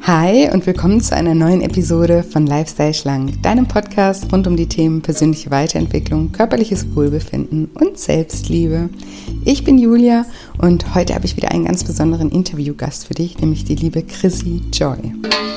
Hi und willkommen zu einer neuen Episode von Lifestyle Schlank, deinem Podcast rund um die Themen persönliche Weiterentwicklung, körperliches Wohlbefinden und Selbstliebe. Ich bin Julia und heute habe ich wieder einen ganz besonderen Interviewgast für dich, nämlich die liebe Chrissy Joy.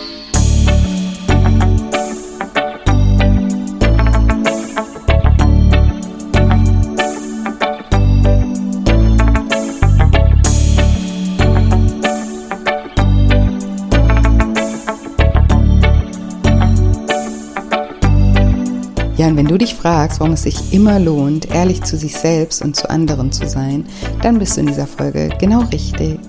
Ja, und wenn du dich fragst, warum es sich immer lohnt, ehrlich zu sich selbst und zu anderen zu sein, dann bist du in dieser Folge genau richtig.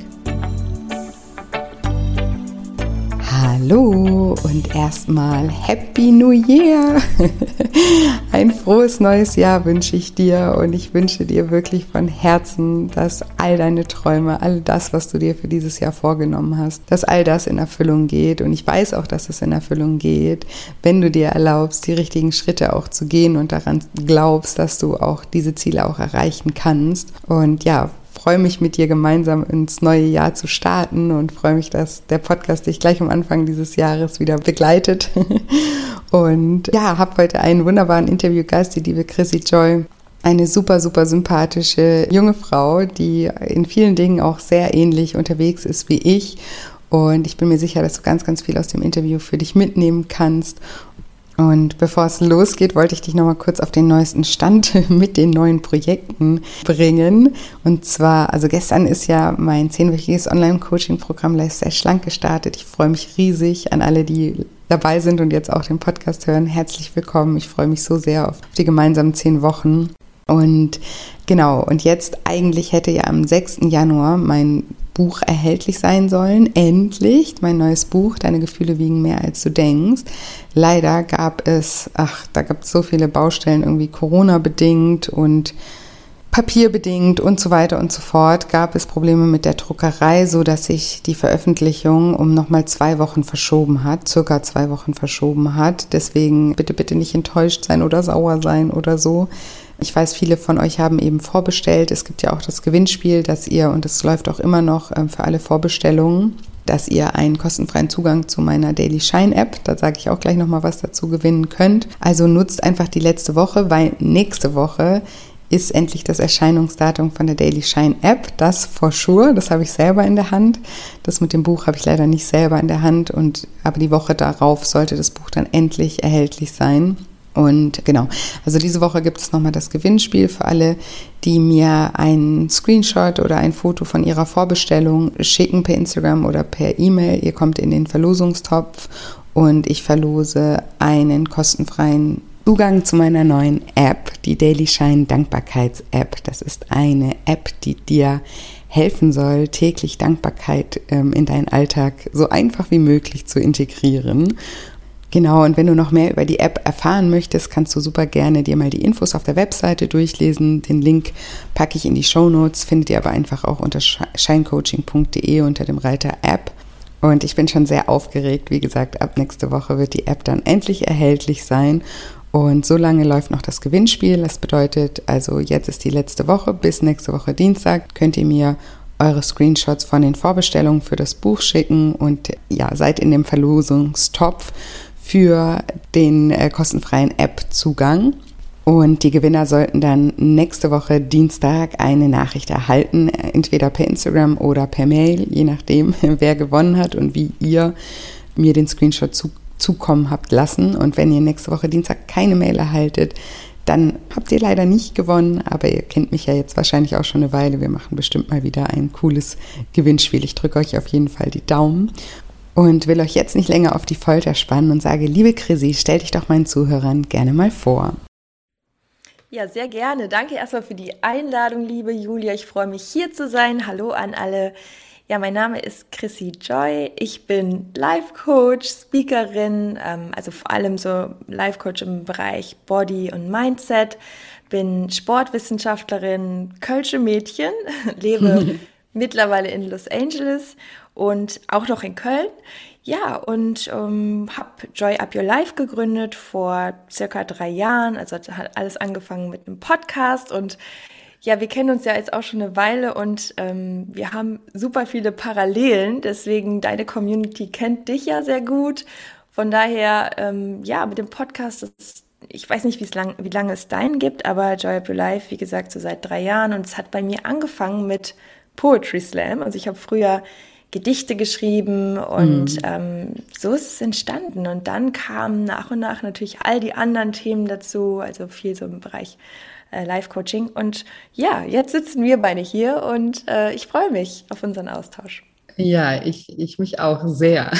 Hallo und erstmal Happy New Year! Ein frohes neues Jahr wünsche ich dir und ich wünsche dir wirklich von Herzen, dass all deine Träume, all das, was du dir für dieses Jahr vorgenommen hast, dass all das in Erfüllung geht und ich weiß auch, dass es in Erfüllung geht, wenn du dir erlaubst, die richtigen Schritte auch zu gehen und daran glaubst, dass du auch diese Ziele auch erreichen kannst und ja, freue mich, mit dir gemeinsam ins neue Jahr zu starten und freue mich, dass der Podcast dich gleich am Anfang dieses Jahres wieder begleitet. Und ja, habe heute einen wunderbaren Interviewgast, die liebe Chrissy Joy. Eine super, super sympathische junge Frau, die in vielen Dingen auch sehr ähnlich unterwegs ist wie ich. Und ich bin mir sicher, dass du ganz, ganz viel aus dem Interview für dich mitnehmen kannst. Und bevor es losgeht, wollte ich dich nochmal kurz auf den neuesten Stand mit den neuen Projekten bringen. Und zwar, also gestern ist ja mein 10-wöchiges Online-Coaching-Programm Lifestyle Schlank gestartet. Ich freue mich riesig an alle, die dabei sind und jetzt auch den Podcast hören. Herzlich willkommen. Ich freue mich so sehr auf die gemeinsamen 10 Wochen. Und genau, und jetzt eigentlich hätte ja am 6. Januar mein Buch erhältlich sein sollen. Endlich mein neues Buch, Deine Gefühle wiegen mehr als du denkst. Leider gab es, da gab es so viele Baustellen, irgendwie Corona-bedingt und papierbedingt und so weiter und so fort, gab es Probleme mit der Druckerei, so dass sich die Veröffentlichung um nochmal 2 Wochen verschoben hat, circa 2 Wochen verschoben hat. Deswegen bitte nicht enttäuscht sein oder sauer sein oder so. Ich weiß, viele von euch haben eben vorbestellt. Es gibt ja auch das Gewinnspiel, dass ihr, und es läuft auch immer noch für alle Vorbestellungen, dass ihr einen kostenfreien Zugang zu meiner Daily Shine App, da sage ich auch gleich nochmal was dazu, gewinnen könnt. Also nutzt einfach die letzte Woche, weil nächste Woche ist endlich das Erscheinungsdatum von der Daily Shine App. Das for sure, das habe ich selber in der Hand. Das mit dem Buch habe ich leider nicht selber in der Hand, aber die Woche darauf sollte das Buch dann endlich erhältlich sein. Und genau, also diese Woche gibt es nochmal das Gewinnspiel für alle, die mir einen Screenshot oder ein Foto von ihrer Vorbestellung schicken per Instagram oder per E-Mail. Ihr kommt in den Verlosungstopf und ich verlose einen kostenfreien Zugang zu meiner neuen App, die Daily Shine Dankbarkeits-App. Das ist eine App, die dir helfen soll, täglich Dankbarkeit in deinen Alltag so einfach wie möglich zu integrieren. Genau, und wenn du noch mehr über die App erfahren möchtest, kannst du super gerne dir mal die Infos auf der Webseite durchlesen. Den Link packe ich in die Shownotes, findet ihr aber einfach auch unter shinecoaching.de unter dem Reiter App. Und ich bin schon sehr aufgeregt. Wie gesagt, ab nächste Woche wird die App dann endlich erhältlich sein. Und so lange läuft noch das Gewinnspiel. Das bedeutet, also jetzt ist die letzte Woche, bis nächste Woche Dienstag könnt ihr mir eure Screenshots von den Vorbestellungen für das Buch schicken und ja, seid in dem Verlosungstopf für den kostenfreien App-Zugang. Und die Gewinner sollten dann nächste Woche Dienstag eine Nachricht erhalten, entweder per Instagram oder per Mail, je nachdem, wer gewonnen hat und wie ihr mir den Screenshot zukommen habt lassen. Und wenn ihr nächste Woche Dienstag keine Mail erhaltet, dann habt ihr leider nicht gewonnen, aber ihr kennt mich ja jetzt wahrscheinlich auch schon eine Weile. Wir machen bestimmt mal wieder ein cooles Gewinnspiel. Ich drücke euch auf jeden Fall die Daumen. Und will euch jetzt nicht länger auf die Folter spannen und sage, liebe Chrissy, stell dich doch meinen Zuhörern gerne mal vor. Ja, sehr gerne. Danke erstmal für die Einladung, liebe Julia. Ich freue mich, hier zu sein. Hallo an alle. Ja, mein Name ist Chrissy Joy. Ich bin Life-Coach, Speakerin, also vor allem so Life-Coach im Bereich Body und Mindset. Bin Sportwissenschaftlerin, Kölsche Mädchen, lebe mittlerweile in Los Angeles und auch noch in Köln. Ja, und habe Joy Up Your Life gegründet vor circa 3 Jahren. Also hat alles angefangen mit einem Podcast und Ja, wir kennen uns ja jetzt auch schon eine Weile und wir haben super viele Parallelen. Deswegen, deine Community kennt dich ja sehr gut. Von daher, ja, mit dem Podcast, ich weiß nicht, wie lange es deinen gibt, aber Joy Up Your Life, wie gesagt, so seit 3 Jahren. Und es hat bei mir angefangen mit Poetry Slam. Also ich habe früher Gedichte geschrieben und Mhm. so ist es entstanden. Und dann kamen nach und nach natürlich all die anderen Themen dazu, also viel so im Bereich Life-Coaching. Und ja, jetzt sitzen wir beide hier und ich freue mich auf unseren Austausch. Ja, ich mich auch sehr.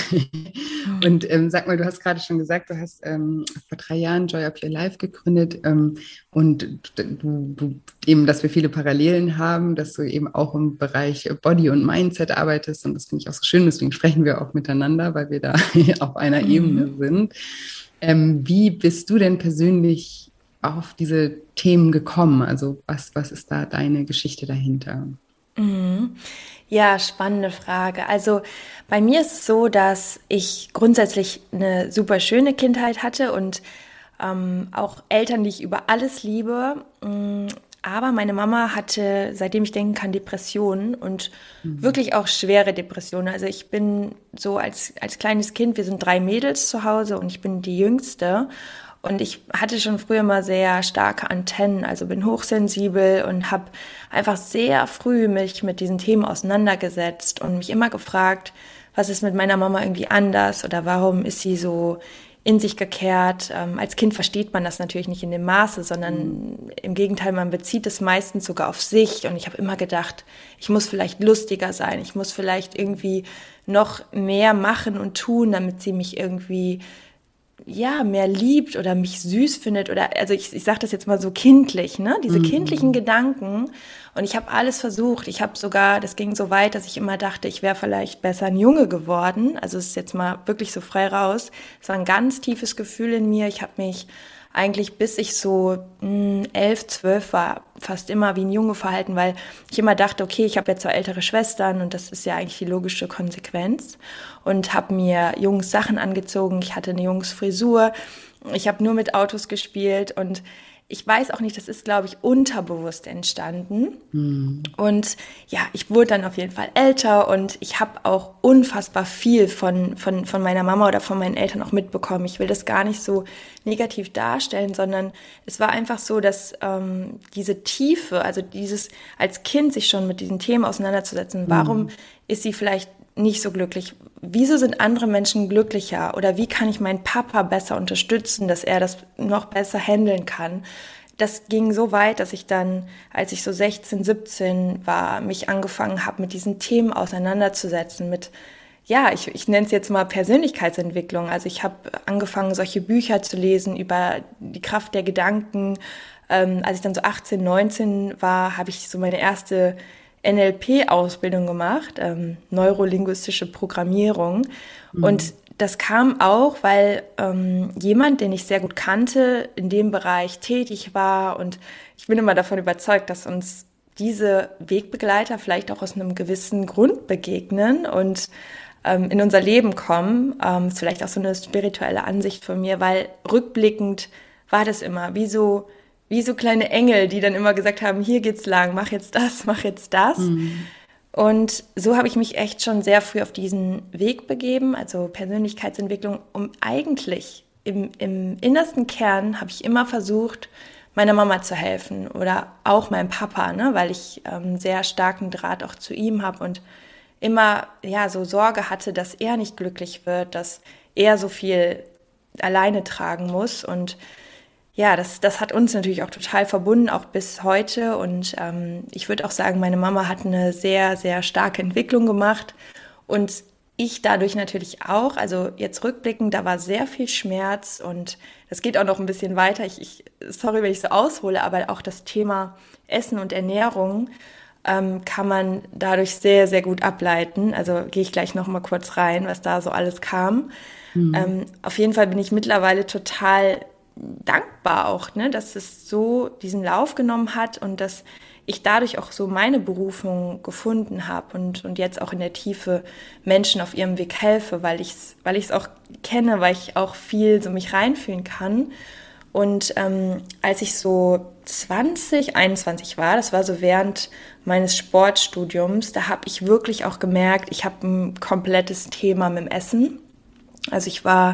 Und sag mal, du hast gerade schon gesagt, du hast vor 3 Jahren Joy Up Your Life gegründet und eben, dass wir viele Parallelen haben, dass du eben auch im Bereich Body und Mindset arbeitest und das finde ich auch so schön, deswegen sprechen wir auch miteinander, weil wir da auf einer Ebene Mhm. sind. Wie bist du denn persönlich auf diese Themen gekommen? Also was ist da deine Geschichte dahinter? Mhm. Ja, spannende Frage. Also bei mir ist es so, dass ich grundsätzlich eine super schöne Kindheit hatte und auch Eltern, die ich über alles liebe. Aber meine Mama hatte, seitdem ich denken kann, Depressionen und Mhm. wirklich auch schwere Depressionen. Also ich bin so als kleines Kind, wir sind 3 Mädels zu Hause und ich bin die Jüngste. Und ich hatte schon früher mal sehr starke Antennen, also bin hochsensibel und habe einfach sehr früh mich mit diesen Themen auseinandergesetzt und mich immer gefragt, was ist mit meiner Mama irgendwie anders oder warum ist sie so in sich gekehrt. Als Kind versteht man das natürlich nicht in dem Maße, Mhm. sondern im Gegenteil, man bezieht es meistens sogar auf sich. Und ich habe immer gedacht, ich muss vielleicht lustiger sein, ich muss vielleicht irgendwie noch mehr machen und tun, damit sie mich irgendwie ja, mehr liebt oder mich süß findet oder also ich sage das jetzt mal so kindlich, ne? Diese kindlichen Mhm. Gedanken und ich habe alles versucht. Ich habe sogar, das ging so weit, dass ich immer dachte, ich wäre vielleicht besser ein Junge geworden. Also es ist jetzt mal wirklich so frei raus. Es war ein ganz tiefes Gefühl in mir. Ich habe mich eigentlich bis ich so 11, 12 war, fast immer wie ein Junge verhalten, weil ich immer dachte, okay, ich habe jetzt 2 ältere Schwestern und das ist ja eigentlich die logische Konsequenz und habe mir Jungs Sachen angezogen. Ich hatte eine Jungsfrisur. Ich habe nur mit Autos gespielt und ich weiß auch nicht, das ist, glaube ich, unterbewusst entstanden. Mhm. Und ja, ich wurde dann auf jeden Fall älter und ich habe auch unfassbar viel von meiner Mama oder von meinen Eltern auch mitbekommen. Ich will das gar nicht so negativ darstellen, sondern es war einfach so, dass diese Tiefe, also dieses als Kind sich schon mit diesen Themen auseinanderzusetzen, warum Mhm. ist sie vielleicht nicht so glücklich? Wieso sind andere Menschen glücklicher? Oder wie kann ich meinen Papa besser unterstützen, dass er das noch besser handeln kann? Das ging so weit, dass ich dann, als ich so 16, 17 war, mich angefangen habe, mit diesen Themen auseinanderzusetzen, mit, ja, ich nenne es jetzt mal Persönlichkeitsentwicklung. Also ich habe angefangen, solche Bücher zu lesen über die Kraft der Gedanken. Als ich dann so 18, 19 war, habe ich so meine erste NLP-Ausbildung gemacht, neurolinguistische Programmierung. Und Mhm. das kam auch, weil jemand, den ich sehr gut kannte, in dem Bereich tätig war. Und ich bin immer davon überzeugt, dass uns diese Wegbegleiter vielleicht auch aus einem gewissen Grund begegnen und in unser Leben kommen. Ist vielleicht auch so eine spirituelle Ansicht von mir, weil rückblickend war das immer wie so kleine Engel, die dann immer gesagt haben, hier geht's lang, mach jetzt das, mach jetzt das. Mhm. Und so habe ich mich echt schon sehr früh auf diesen Weg begeben, also Persönlichkeitsentwicklung, um eigentlich im innersten Kern habe ich immer versucht, meiner Mama zu helfen oder auch meinem Papa, ne, weil ich sehr starken Draht auch zu ihm habe und immer ja so Sorge hatte, dass er nicht glücklich wird, dass er so viel alleine tragen muss und ja, das hat uns natürlich auch total verbunden, auch bis heute. Und ich würde auch sagen, meine Mama hat eine sehr, sehr starke Entwicklung gemacht. Und ich dadurch natürlich auch. Also jetzt rückblickend, da war sehr viel Schmerz und das geht auch noch ein bisschen weiter. Sorry, wenn ich so aushole, aber auch das Thema Essen und Ernährung kann man dadurch sehr, sehr gut ableiten. Also gehe ich gleich noch mal kurz rein, was da so alles kam. Mhm. Auf jeden Fall bin ich mittlerweile total dankbar auch, ne, dass es so diesen Lauf genommen hat und dass ich dadurch auch so meine Berufung gefunden habe und jetzt auch in der Tiefe Menschen auf ihrem Weg helfe, weil ich's auch kenne, weil ich auch viel so mich reinfühlen kann. Und als ich so 20, 21 war, das war so während meines Sportstudiums, da habe ich wirklich auch gemerkt, ich habe ein komplettes Thema mit dem Essen. Also ich war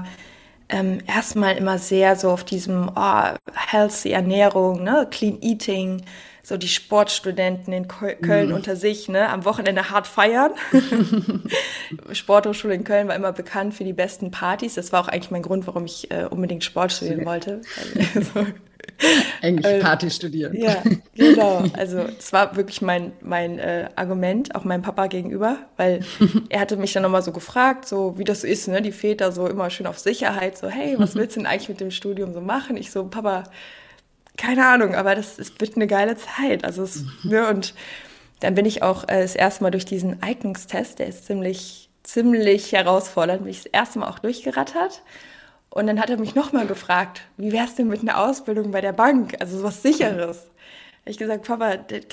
erstmal immer sehr so auf diesem healthy Ernährung, ne, Clean Eating, so die Sportstudenten in Köln unter sich, ne, am Wochenende hart feiern. Sporthochschule in Köln war immer bekannt für die besten Partys. Das war auch eigentlich mein Grund, warum ich unbedingt Sport studieren wollte. Also, Eigentlich Party studieren. Ja, genau. Also es war wirklich mein Argument, auch meinem Papa gegenüber, weil er hatte mich dann nochmal so gefragt, so wie das so ist, ne, die Väter so immer schön auf Sicherheit, so hey, was willst du denn eigentlich mit dem Studium so machen? Ich so, Papa, keine Ahnung, aber es wird eine geile Zeit. Also ne, und dann bin ich auch das erste Mal durch diesen Eignungstest, der ist ziemlich herausfordernd, bin ich das erste Mal auch durchgerattert. Und dann hat er mich nochmal gefragt, wie wär's denn mit einer Ausbildung bei der Bank? Also sowas Sicheres. Hab ich gesagt, Papa,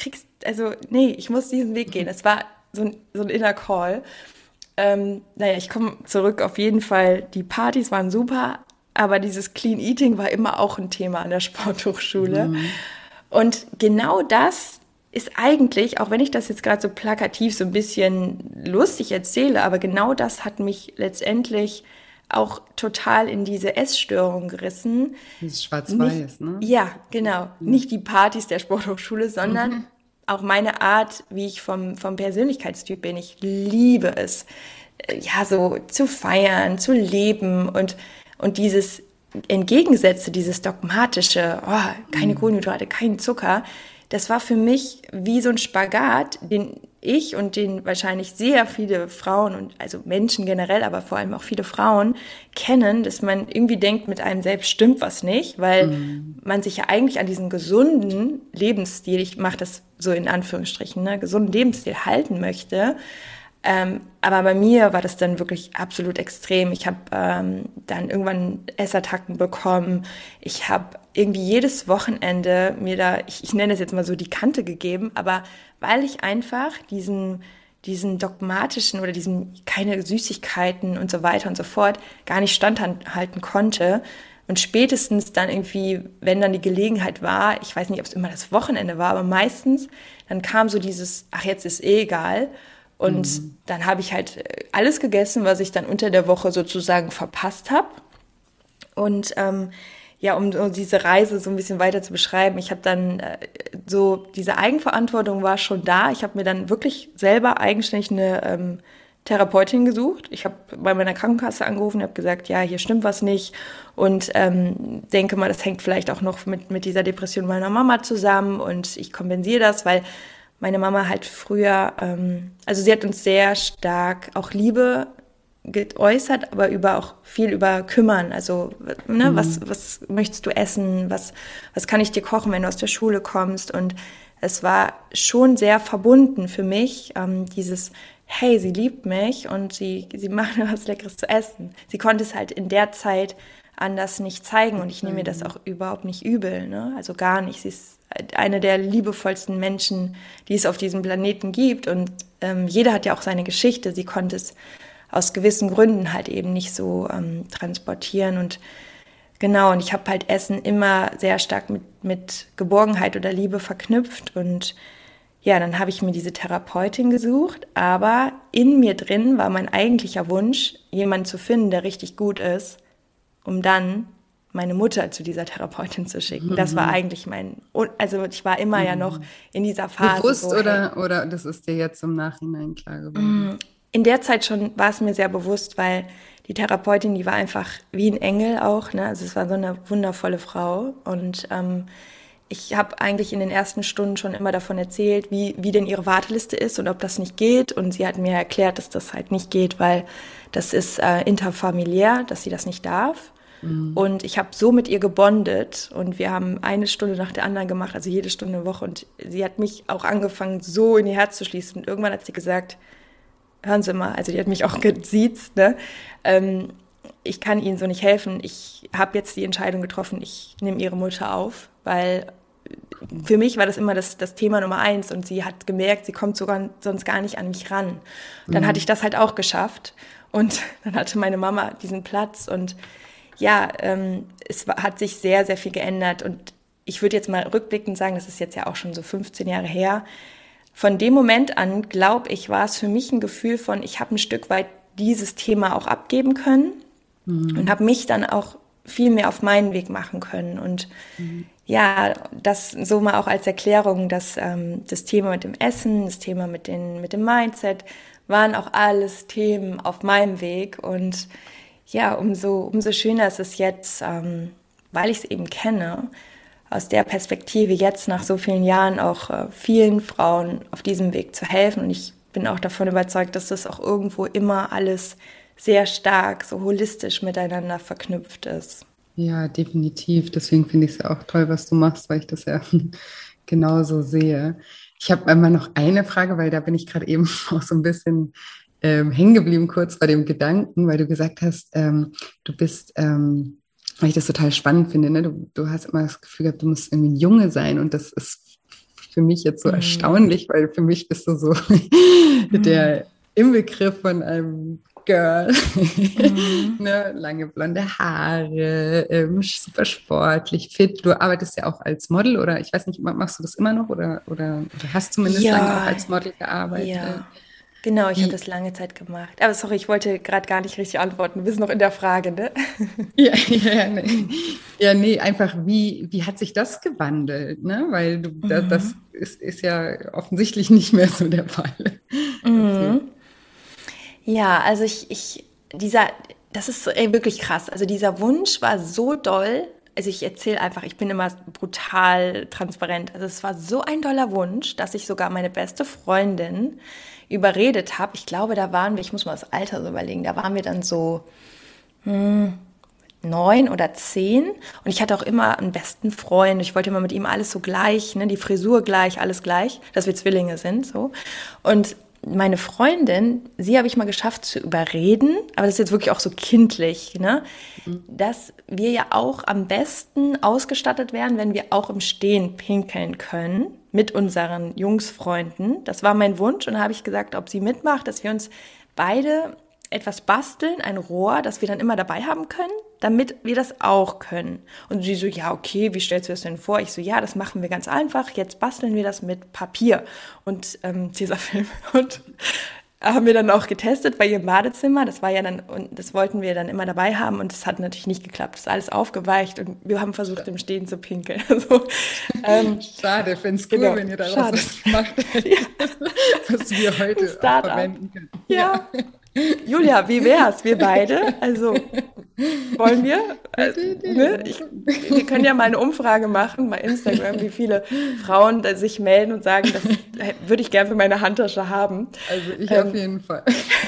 nee, ich muss diesen Weg gehen. Es war so ein inner Call. Naja, ich komme zurück, auf jeden Fall. Die Partys waren super, aber dieses Clean Eating war immer auch ein Thema an der Sporthochschule. Und genau das ist eigentlich, auch wenn ich das jetzt gerade so plakativ so ein bisschen lustig erzähle, aber genau das hat mich letztendlich auch total in diese Essstörung gerissen. Dieses Schwarz-Weiß, ne? Ja, genau. Nicht die Partys der Sporthochschule, sondern auch meine Art, wie ich vom Persönlichkeitstyp bin. Ich liebe es, ja, so zu feiern, zu leben und dieses Entgegengesetzte, dieses dogmatische, keine Kohlenhydrate, kein Zucker, das war für mich wie so ein Spagat, den ich und den wahrscheinlich sehr viele Frauen und also Menschen generell, aber vor allem auch viele Frauen kennen, dass man irgendwie denkt, mit einem selbst stimmt was nicht, weil man sich ja eigentlich an diesen gesunden Lebensstil, ich mache das so in Anführungsstrichen, ne, gesunden Lebensstil halten möchte. Aber bei mir war das dann wirklich absolut extrem. Ich habe dann irgendwann Essattacken bekommen. Ich habe irgendwie jedes Wochenende mir da, ich nenne es jetzt mal so, die Kante gegeben, aber weil ich einfach diesen dogmatischen oder diesen keine Süßigkeiten und so weiter und so fort gar nicht standhalten konnte. Und spätestens dann irgendwie, wenn dann die Gelegenheit war, ich weiß nicht, ob es immer das Wochenende war, aber meistens, dann kam so dieses, ach, jetzt ist eh egal. Und dann habe ich halt alles gegessen, was ich dann unter der Woche sozusagen verpasst habe. Und ja, um diese Reise so ein bisschen weiter zu beschreiben, ich habe dann so, diese Eigenverantwortung war schon da. Ich habe mir dann wirklich selber eigenständig eine Therapeutin gesucht. Ich habe bei meiner Krankenkasse angerufen und habe gesagt, ja, hier stimmt was nicht. Und denke mal, das hängt vielleicht auch noch mit dieser Depression meiner Mama zusammen. Und ich kompensiere das, weil meine Mama halt früher, also sie hat uns sehr stark auch Liebe geäußert, aber auch viel über kümmern. Also, ne, was möchtest du essen? Was kann ich dir kochen, wenn du aus der Schule kommst? Und es war schon sehr verbunden für mich, dieses, hey, sie liebt mich und sie macht mir was Leckeres zu essen. Sie konnte es halt in der Zeit anders nicht zeigen und ich nehme mir das auch überhaupt nicht übel, ne? Also gar nicht. Sie ist eine der liebevollsten Menschen, die es auf diesem Planeten gibt und jeder hat ja auch seine Geschichte. Sie konnte es aus gewissen Gründen halt eben nicht so transportieren und genau, und ich habe halt Essen immer sehr stark mit Geborgenheit oder Liebe verknüpft und ja, dann habe ich mir diese Therapeutin gesucht, aber in mir drin war mein eigentlicher Wunsch, jemanden zu finden, der richtig gut ist, um dann meine Mutter zu dieser Therapeutin zu schicken. Das war eigentlich also ich war immer ja noch in dieser Phase. Bewusst so, oder das ist dir jetzt im Nachhinein klar geworden? In der Zeit schon war es mir sehr bewusst, weil die Therapeutin, die war einfach wie ein Engel auch, ne? Also es war so eine wundervolle Frau und ich habe eigentlich in den ersten Stunden schon immer davon erzählt, wie denn ihre Warteliste ist und ob das nicht geht und sie hat mir erklärt, dass das halt nicht geht, weil das ist interfamiliär, dass sie das nicht darf. Und ich habe so mit ihr gebondet und wir haben eine Stunde nach der anderen gemacht, also jede Stunde eine Woche und sie hat mich auch angefangen, so in ihr Herz zu schließen und irgendwann hat sie gesagt, hören Sie mal, also die hat mich auch gesiezt, ne? Ich kann Ihnen so nicht helfen, ich habe jetzt die Entscheidung getroffen, ich nehme Ihre Mutter auf, weil für mich war das immer das Thema Nummer 1 und sie hat gemerkt, sie kommt sogar sonst gar nicht an mich ran. Und dann hatte ich das halt auch geschafft und dann hatte meine Mama diesen Platz und ja, hat sich sehr, sehr viel geändert und ich würde jetzt mal rückblickend sagen, das ist jetzt ja auch schon so 15 Jahre her. Von dem Moment an, glaube ich, war es für mich ein Gefühl von, ich habe ein Stück weit dieses Thema auch abgeben können und habe mich dann auch viel mehr auf meinen Weg machen können. Und ja, das so mal auch als Erklärung, dass das Thema mit dem Essen, das Thema mit dem Mindset, waren auch alles Themen auf meinem Weg. Und ja, umso schöner ist es jetzt, weil ich es eben kenne, aus der Perspektive jetzt nach so vielen Jahren auch vielen Frauen auf diesem Weg zu helfen. Und ich bin auch davon überzeugt, dass das auch irgendwo immer alles sehr stark, so holistisch miteinander verknüpft ist. Ja, definitiv. Deswegen finde ich es ja auch toll, was du machst, weil ich das ja genauso sehe. Ich habe einmal noch eine Frage, weil da bin ich gerade eben auch so ein bisschen hängen geblieben, kurz bei dem Gedanken, weil du gesagt hast, du bist, weil ich das total spannend finde, ne? Du hast immer das Gefühl gehabt, du musst irgendwie ein Junge sein und das ist für mich jetzt so erstaunlich, weil für mich bist du so der Inbegriff von einem Girl, ne? Lange blonde Haare, super sportlich, fit. Du arbeitest ja auch als Model oder ich weiß nicht, machst du das immer noch oder hast zumindest lange auch Ja, als Model gearbeitet? ja. Genau, ich habe Wie, das lange Zeit gemacht. Aber sorry, ich wollte gerade gar nicht richtig antworten. Du bist noch in der Frage, ne? ja, ja, nee. Ja, nee, einfach wie hat sich das gewandelt, ne? Weil das ist ja offensichtlich nicht mehr so der Fall. Erzähl. Ja, also das ist wirklich krass. Also dieser Wunsch war so doll. Also ich erzähle einfach, ich bin immer brutal transparent. Also es war so ein doller Wunsch, dass ich sogar meine beste Freundin überredet habe. Ich glaube, da waren wir, ich muss mal das Alter so überlegen, da waren wir dann so 9 oder 10 und ich hatte auch immer einen besten Freund. Ich wollte immer mit ihm alles so gleich, ne, die Frisur gleich, alles gleich, dass wir Zwillinge sind, so. Und meine Freundin, sie habe ich mal geschafft zu überreden, aber das ist jetzt wirklich auch so kindlich, ne, dass wir ja auch am besten ausgestattet werden, wenn wir auch im Stehen pinkeln können mit unseren Jungsfreunden. Das war mein Wunsch und da habe ich gesagt, ob sie mitmacht, dass wir uns beide etwas basteln, ein Rohr, das wir dann immer dabei haben können, damit wir das auch können. Und sie so, ja, okay, wie stellst du das denn vor? Ich so, ja, das machen wir ganz einfach. Jetzt basteln wir das mit Papier und Tesafilm. Und haben wir dann auch getestet bei ihrem Badezimmer. Das war ja dann, und das wollten wir dann immer dabei haben und das hat natürlich nicht geklappt. Das ist alles aufgeweicht und wir haben versucht, im Stehen zu pinkeln. Also, Schade, ich finde es cool, genau, wenn ihr daraus schade. was gemacht hättet, Ja, was wir heute auch Start-up. verwenden können. Ja. Julia, wie wär's? Wir beide? Also, wollen wir? Ne? Wir können ja mal eine Umfrage machen bei Instagram, wie viele Frauen da sich melden und sagen, das würde ich gerne für meine Handtasche haben. Also ich auf jeden Fall.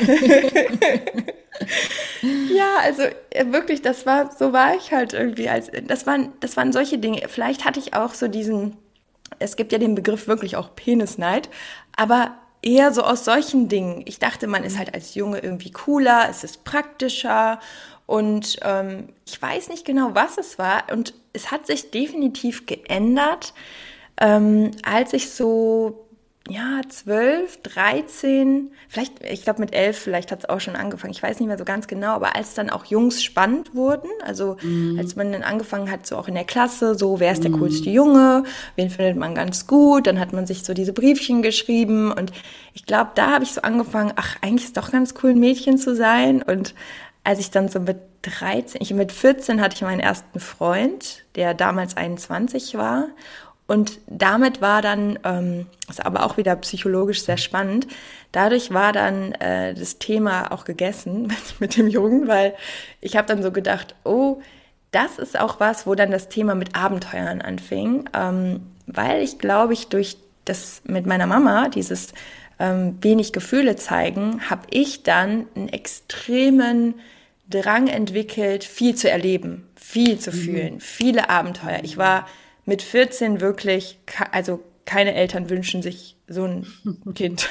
Ja, also wirklich, so war ich halt irgendwie. Das waren solche Dinge. Vielleicht hatte ich auch so es gibt ja den Begriff wirklich auch Penisneid, aber eher so aus solchen Dingen. Ich dachte, man ist halt als Junge irgendwie cooler, es ist praktischer und ich weiß nicht genau, was es war und es hat sich definitiv geändert, als ich so, ja, 12, 13, vielleicht, ich glaube mit 11, vielleicht hat es auch schon angefangen, ich weiß nicht mehr so ganz genau, aber als dann auch Jungs spannend wurden, also als man dann angefangen hat, so auch in der Klasse, so, wer ist der coolste Junge, wen findet man ganz gut, dann hat man sich so diese Briefchen geschrieben und ich glaube, da habe ich so angefangen, ach, eigentlich ist doch ganz cool, ein Mädchen zu sein und als ich dann so mit 14 hatte ich meinen ersten Freund, der damals 21 war. Und damit war dann, ist aber auch wieder psychologisch sehr spannend, dadurch war dann das Thema auch gegessen mit dem Jungen, weil ich habe dann so gedacht, oh, das ist auch was, wo dann das Thema mit Abenteuern anfing, weil ich glaube, ich durch das mit meiner Mama, dieses wenig Gefühle zeigen, habe ich dann einen extremen Drang entwickelt, viel zu erleben, viel zu fühlen, viele Abenteuer. Ich war mit 14 wirklich, also keine Eltern wünschen sich so ein Kind.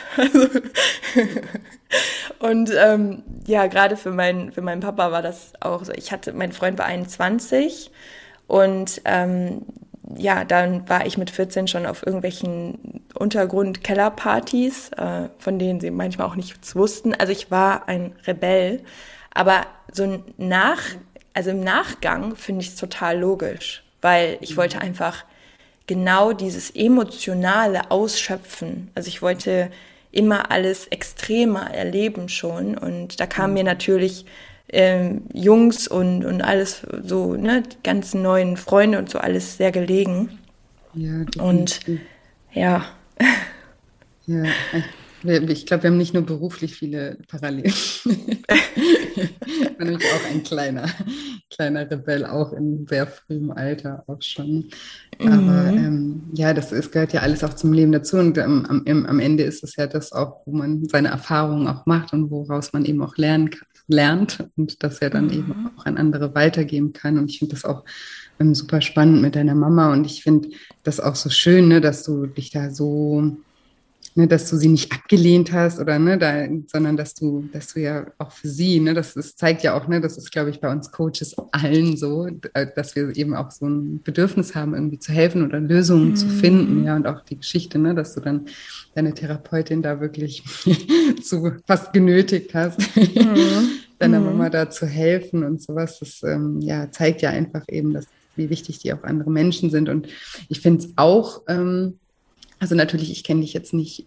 Und ja, gerade für meinen Papa war das auch so. Mein Freund war 21 und ja, dann war ich mit 14 schon auf irgendwelchen Untergrund-Kellerpartys, von denen sie manchmal auch nichts wussten. Also ich war ein Rebell, aber so also im Nachgang finde ich es total logisch, weil ich wollte einfach genau dieses Emotionale ausschöpfen. Also ich wollte immer alles extremer erleben schon und da kamen mir natürlich Jungs und alles so, ne, die ganzen neuen Freunde und so alles sehr gelegen. Ja, Und definitiv. ja, Ja, ich glaube, wir haben nicht nur beruflich viele Parallelen. Ich war nämlich auch ein kleiner Rebell, auch in sehr frühem Alter auch schon. Aber ja, gehört ja alles auch zum Leben dazu. Und am Ende ist es ja das auch, wo man seine Erfahrungen auch macht und woraus man eben auch lernt und das ja dann eben auch an andere weitergeben kann. Und ich finde das auch super spannend mit deiner Mama. Und ich finde das auch so schön, ne, dass du dich da so, ne, dass du sie nicht abgelehnt hast oder ne, sondern dass du ja auch für sie, ne, das zeigt ja auch, ne, das ist, glaube ich, bei uns Coaches allen so, dass wir eben auch so ein Bedürfnis haben, irgendwie zu helfen oder Lösungen zu finden, ja, und auch die Geschichte, ne, dass du dann deine Therapeutin da wirklich zu fast genötigt hast, deiner Mama da zu helfen und sowas, das ja, zeigt ja einfach eben, wie wichtig die auch andere Menschen sind. Und ich finde es auch, also natürlich, ich kenne dich jetzt nicht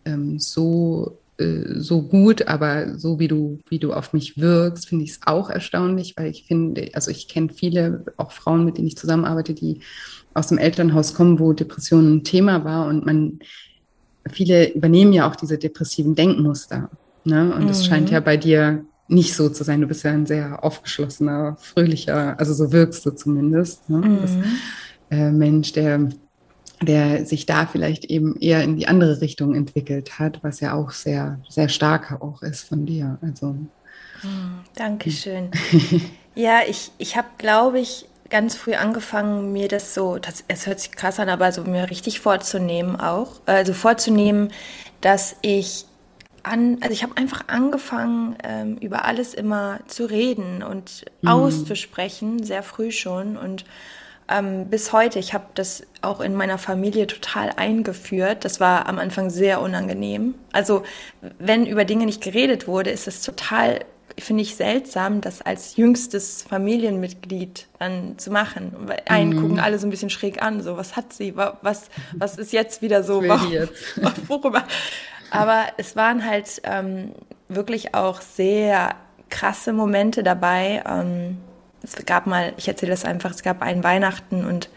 so gut, aber so wie du auf mich wirkst, finde ich es auch erstaunlich, weil ich finde, also ich kenne viele, auch Frauen, mit denen ich zusammenarbeite, die aus dem Elternhaus kommen, wo Depression ein Thema war und viele übernehmen ja auch diese depressiven Denkmuster, ne? Und es scheint ja bei dir nicht so zu sein. Du bist ja ein sehr aufgeschlossener, fröhlicher, also so wirkst du zumindest, ne? Mensch, der sich da vielleicht eben eher in die andere Richtung entwickelt hat, was ja auch sehr, sehr stark auch ist von dir. Also Dankeschön. Ja, ich habe, glaube ich, ganz früh angefangen, mir das so, es hört sich krass an, aber so mir richtig vorzunehmen auch. Also vorzunehmen, dass also ich habe einfach angefangen, über alles immer zu reden und auszusprechen, sehr früh schon. Und bis heute, ich habe das auch in meiner Familie total eingeführt. Das war am Anfang sehr unangenehm. Also wenn über Dinge nicht geredet wurde, ist es total, finde ich, seltsam, das als jüngstes Familienmitglied dann zu machen. Weil einen gucken alle so ein bisschen schräg an, so, was hat sie, was ist jetzt wieder so, worüber? Aber es waren halt wirklich auch sehr krasse Momente dabei. Es gab mal, ich erzähle das einfach, es gab einen Weihnachten und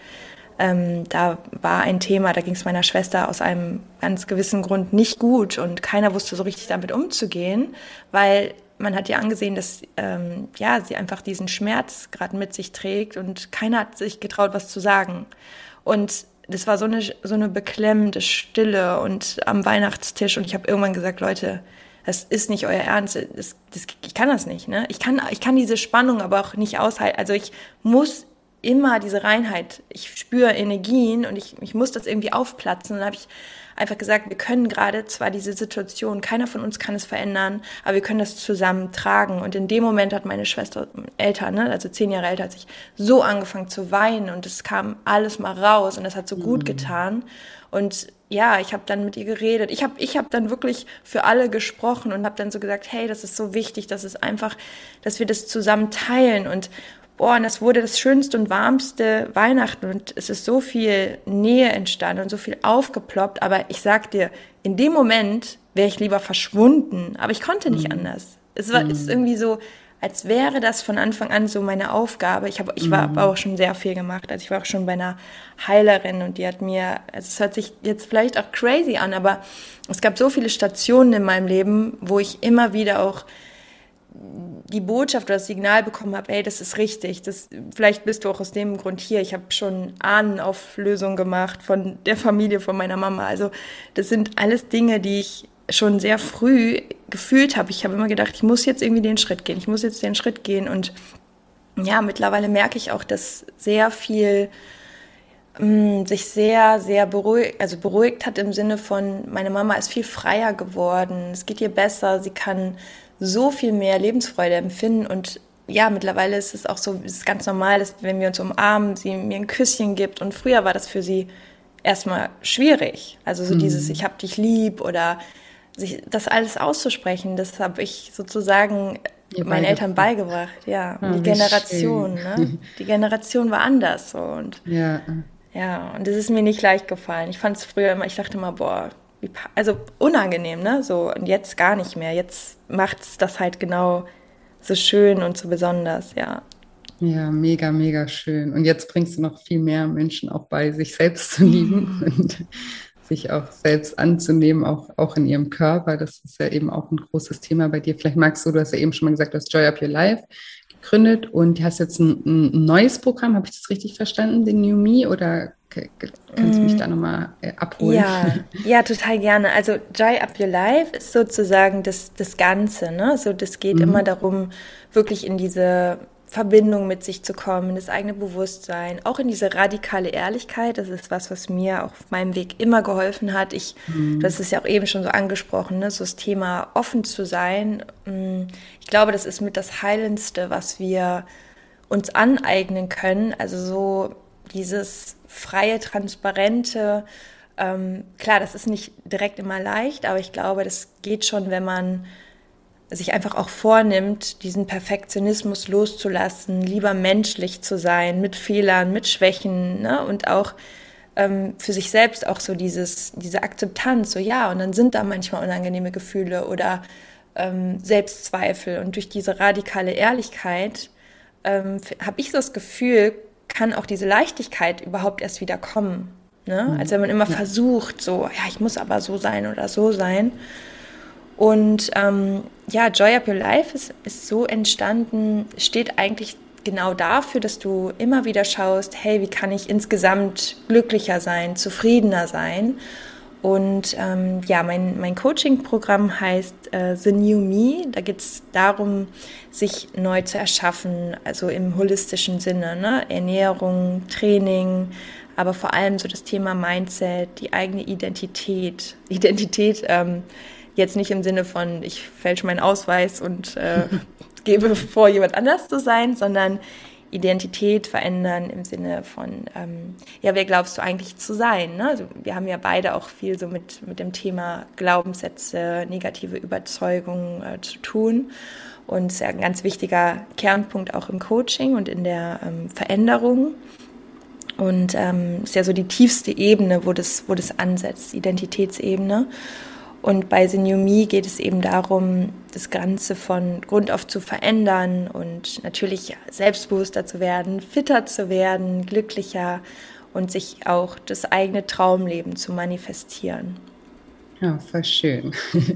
da war ein Thema, da ging es meiner Schwester aus einem ganz gewissen Grund nicht gut und keiner wusste so richtig damit umzugehen, weil man hat ja angesehen, dass ja, sie einfach diesen Schmerz gerade mit sich trägt und keiner hat sich getraut, was zu sagen. Und das war so eine beklemmende Stille und am Weihnachtstisch und ich habe irgendwann gesagt, Leute, das ist nicht euer Ernst, ich kann das nicht, ne? Ich kann diese Spannung aber auch nicht aushalten, also ich muss immer diese Reinheit, ich spüre Energien und ich muss das irgendwie aufplatzen. Und dann habe ich einfach gesagt, wir können gerade zwar diese Situation, keiner von uns kann es verändern, aber wir können das zusammen tragen. Und in dem Moment hat meine Schwester älter, ne, also 10 Jahre älter, hat sich so angefangen zu weinen und es kam alles mal raus und das hat so gut getan. Und ja, ich habe dann mit ihr geredet. Ich hab dann wirklich für alle gesprochen und habe dann so gesagt, hey, das ist so wichtig, dass wir das zusammen teilen und und das wurde das schönste und warmste Weihnachten und es ist so viel Nähe entstanden und so viel aufgeploppt, aber ich sag dir, in dem Moment wäre ich lieber verschwunden, aber ich konnte nicht anders. Es ist irgendwie so, als wäre das von Anfang an so meine Aufgabe. War auch schon sehr viel gemacht, also ich war auch schon bei einer Heilerin und die hat mir, also es hört sich jetzt vielleicht auch crazy an, aber es gab so viele Stationen in meinem Leben, wo ich immer wieder auch die Botschaft oder das Signal bekommen habe, ey, das ist richtig, vielleicht bist du auch aus dem Grund hier. Ich habe schon Ahnenauflösung gemacht von der Familie von meiner Mama. Also das sind alles Dinge, die ich schon sehr früh gefühlt habe. Ich habe immer gedacht, ich muss jetzt irgendwie den Schritt gehen. Und ja, mittlerweile merke ich auch, dass sehr viel sich sehr, sehr beruhigt hat im Sinne von, meine Mama ist viel freier geworden, es geht ihr besser, sie kann so viel mehr Lebensfreude empfinden und ja, mittlerweile ist es auch so, es ist ganz normal, dass wenn wir uns umarmen, sie mir ein Küsschen gibt und früher war das für sie erstmal schwierig, also so dieses ich hab dich lieb oder das alles auszusprechen, das habe ich sozusagen Ihr meinen Eltern beigebracht. beigebracht, ja. Und Ah, die wie Generation, schön. ne? Die Generation war anders so und Ja, ja, und das ist mir nicht leicht gefallen. Ich fand es früher immer, ich dachte immer, boah, also unangenehm, ne? So, und jetzt gar nicht mehr. Jetzt macht's das halt genau so schön und so besonders, ja. ja, mega, mega schön. Und jetzt bringst du noch viel mehr Menschen auch bei, sich selbst zu lieben und sich auch selbst anzunehmen, auch in ihrem Körper. Das ist ja eben auch ein großes Thema bei dir. Vielleicht magst du hast ja eben schon mal gesagt, du hast Joy Up Your Life gegründet und du hast jetzt ein neues Programm. Habe ich das richtig verstanden, den New Me? Oder kannst du mich da nochmal abholen? Ja, ja, total gerne. Also Joy Up Your Life ist sozusagen das Ganze, ne? So, das geht immer Mhm. darum, wirklich in diese Verbindung mit sich zu kommen, in das eigene Bewusstsein, auch in diese radikale Ehrlichkeit. Das ist was, was mir auch auf meinem Weg immer geholfen hat. Das Mhm. ist ja auch eben schon so angesprochen, ne? So das Thema offen zu sein. Ich glaube, das ist mit das Heilendste, was wir uns aneignen können. Also so dieses freie, transparente, klar, das ist nicht direkt immer leicht, aber ich glaube, das geht schon, wenn man sich einfach auch vornimmt, diesen Perfektionismus loszulassen, lieber menschlich zu sein, mit Fehlern, mit Schwächen, ne? Und auch für sich selbst auch so diese Akzeptanz, so ja, und dann sind da manchmal unangenehme Gefühle oder Selbstzweifel. Und durch diese radikale Ehrlichkeit habe ich so das Gefühl, kann auch diese Leichtigkeit überhaupt erst wieder kommen. Ne? Also Mhm. wenn man immer Ja. versucht, so, ja, ich muss aber so sein oder so sein. Und ja, Joy Up Your Life ist so entstanden, steht eigentlich genau dafür, dass du immer wieder schaust, hey, wie kann ich insgesamt glücklicher sein, zufriedener sein. Und ja, mein Coaching-Programm heißt The New Me. Da geht es darum, sich neu zu erschaffen, also im holistischen Sinne, ne? Ernährung, Training, aber vor allem so das Thema Mindset, die eigene Identität. Identität jetzt nicht im Sinne von, ich fälsche meinen Ausweis und gebe vor, jemand anders zu sein, sondern Identität verändern im Sinne von, ja, wer glaubst du eigentlich zu sein? Ne? Also wir haben ja beide auch viel so mit dem Thema Glaubenssätze, negative Überzeugungen zu tun. Und es ist ja ein ganz wichtiger Kernpunkt auch im Coaching und in der Veränderung. Und ist ja so die tiefste Ebene, wo das ansetzt, Identitätsebene. Und bei The New Me geht es eben darum, das Ganze von Grund auf zu verändern und natürlich selbstbewusster zu werden, fitter zu werden, glücklicher und sich auch das eigene Traumleben zu manifestieren. Ja, voll schön.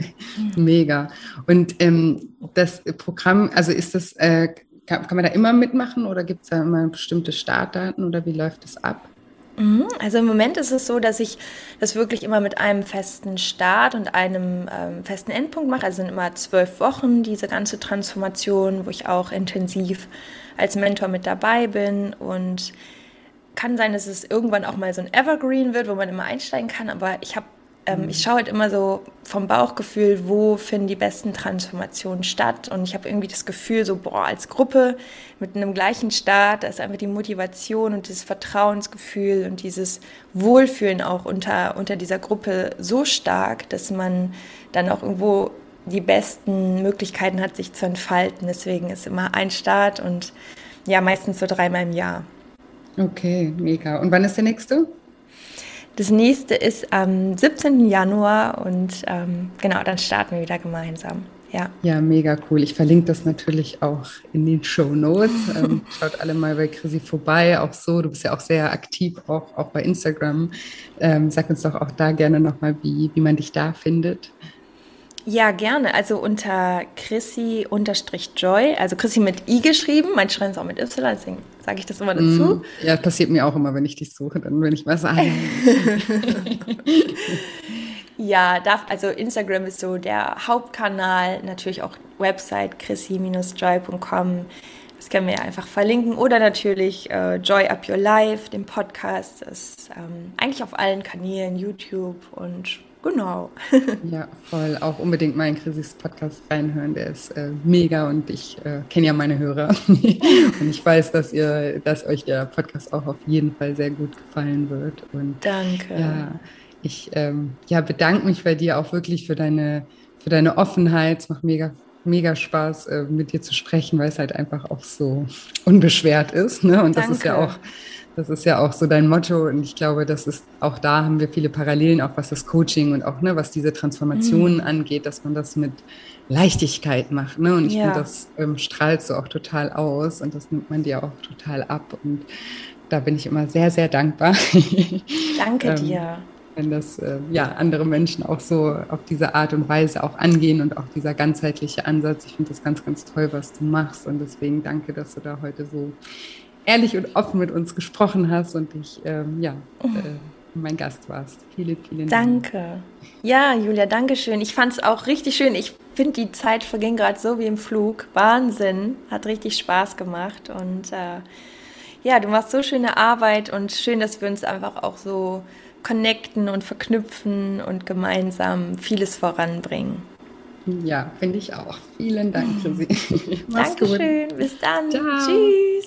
Mega. Und das Programm, also ist das, kann man da immer mitmachen oder gibt es da immer bestimmte Startdaten oder wie läuft das ab? Also im Moment ist es so, dass ich das wirklich immer mit einem festen Start und einem festen Endpunkt mache. Also sind immer 12 Wochen diese ganze Transformation, wo ich auch intensiv als Mentor mit dabei bin und kann sein, dass es irgendwann auch mal so ein Evergreen wird, wo man immer einsteigen kann, aber ich schaue halt immer so vom Bauchgefühl, wo finden die besten Transformationen statt und ich habe irgendwie das Gefühl so, boah, als Gruppe mit einem gleichen Start, da ist einfach die Motivation und dieses Vertrauensgefühl und dieses Wohlfühlen auch unter dieser Gruppe so stark, dass man dann auch irgendwo die besten Möglichkeiten hat, sich zu entfalten. Deswegen ist immer ein Start und ja, meistens so 3-mal im Jahr. Okay, mega. Und wann ist der nächste? Das nächste ist am 17. Januar und genau, dann starten wir wieder gemeinsam. Ja. Ja, mega cool. Ich verlinke das natürlich auch in den Show Notes. Schaut alle mal bei Chrissy vorbei. Auch so, du bist ja auch sehr aktiv, auch bei Instagram. Sag uns doch auch da gerne nochmal, wie man dich da findet. Ja, gerne. Also unter Chrissy_Joy, also Chrissy mit I geschrieben, manche schreiben es auch mit Y, deswegen sage ich das immer dazu. Ja, passiert mir auch immer, wenn ich dich suche, dann bin ich was ein. Ja, also Instagram ist so der Hauptkanal, natürlich auch Website chrissy-joy.com. Das können wir einfach verlinken. Oder natürlich Joy Up Your Life, den Podcast. Das ist eigentlich auf allen Kanälen, YouTube und genau. Ja, voll. Auch unbedingt mal in Chrissys Podcast reinhören. Der ist mega und ich kenne ja meine Hörer. Und ich weiß, dass euch der Podcast auch auf jeden Fall sehr gut gefallen wird. Und Danke. ja, ich ja, bedanke mich bei dir auch wirklich für deine Offenheit. Es macht mega mega Spaß, mit dir zu sprechen, weil es halt einfach auch so unbeschwert ist. Ne? Und das ist ja auch so dein Motto. Und ich glaube, das ist auch da haben wir viele Parallelen, auch was das Coaching und auch, ne, was diese Transformationen angeht, dass man das mit Leichtigkeit macht. Ne? Und ich finde, das strahlst du auch total aus und das nimmt man dir auch total ab. Und da bin ich immer sehr, sehr dankbar. Danke dir. Wenn das andere Menschen auch so auf diese Art und Weise auch angehen und auch dieser ganzheitliche Ansatz. Ich finde das ganz, ganz toll, was du machst. Und deswegen danke, dass du da heute so ehrlich und offen mit uns gesprochen hast und dich mein Gast warst. Vielen, vielen Dank. Danke. Ja, Julia, danke schön. Ich fand es auch richtig schön. Ich finde, die Zeit verging gerade so wie im Flug. Wahnsinn. Hat richtig Spaß gemacht. Und du machst so schöne Arbeit und schön, dass wir uns einfach auch so connecten und verknüpfen und gemeinsam vieles voranbringen. Ja, finde ich auch. Vielen Dank, Chrissy. Dankeschön. Bis dann. Ciao. Tschüss.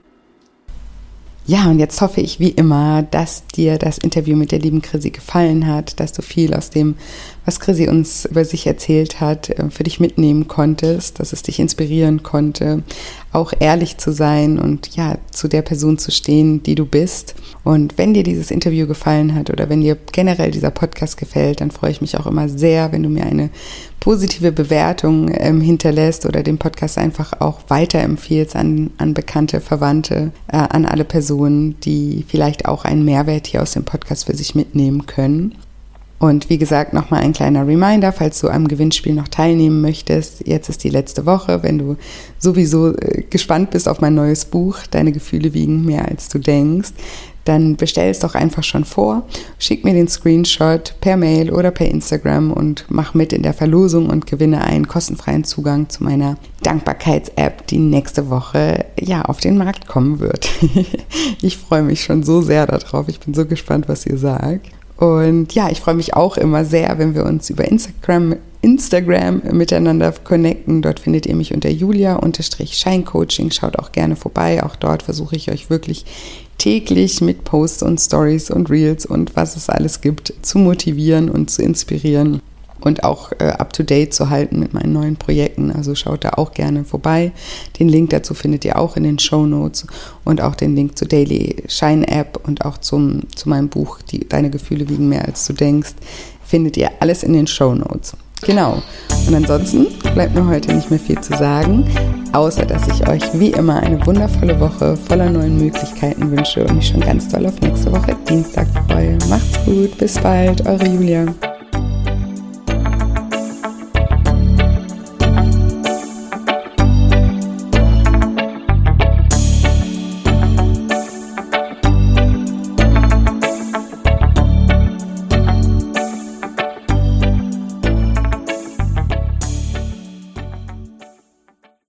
Ja, und jetzt hoffe ich wie immer, dass dir das Interview mit der lieben Chrissy gefallen hat, dass du viel aus dem, was Chrissy uns über sich erzählt hat, für dich mitnehmen konntest, dass es dich inspirieren konnte, auch ehrlich zu sein und ja, zu der Person zu stehen, die du bist. Und wenn dir dieses Interview gefallen hat oder wenn dir generell dieser Podcast gefällt, dann freue ich mich auch immer sehr, wenn du mir eine positive Bewertung hinterlässt oder den Podcast einfach auch weiterempfiehlst an Bekannte, Verwandte, an alle Personen, die vielleicht auch einen Mehrwert hier aus dem Podcast für sich mitnehmen können. Und wie gesagt, nochmal ein kleiner Reminder, falls du am Gewinnspiel noch teilnehmen möchtest. Jetzt ist die letzte Woche, wenn du sowieso gespannt bist auf mein neues Buch, Deine Gefühle wiegen mehr als du denkst, dann bestell es doch einfach schon vor, schick mir den Screenshot per Mail oder per Instagram und mach mit in der Verlosung und gewinne einen kostenfreien Zugang zu meiner Dankbarkeits-App, die nächste Woche auf den Markt kommen wird. Ich freue mich schon so sehr darauf, ich bin so gespannt, was ihr sagt. Und ja, ich freue mich auch immer sehr, wenn wir uns über Instagram miteinander connecten. Dort findet ihr mich unter Julia_Scheincoaching. Schaut auch gerne vorbei. Auch dort versuche ich euch wirklich täglich mit Posts und Stories und Reels und was es alles gibt, zu motivieren und zu inspirieren und auch up-to-date zu halten mit meinen neuen Projekten. Also schaut da auch gerne vorbei. Den Link dazu findet ihr auch in den Shownotes und auch den Link zur Daily Shine App und auch zu meinem Buch, Deine Gefühle wiegen mehr als du denkst, findet ihr alles in den Shownotes. Genau. Und ansonsten bleibt mir heute nicht mehr viel zu sagen, außer dass ich euch wie immer eine wundervolle Woche voller neuen Möglichkeiten wünsche und mich schon ganz doll auf nächste Woche Dienstag freue. Macht's gut, bis bald, eure Julia.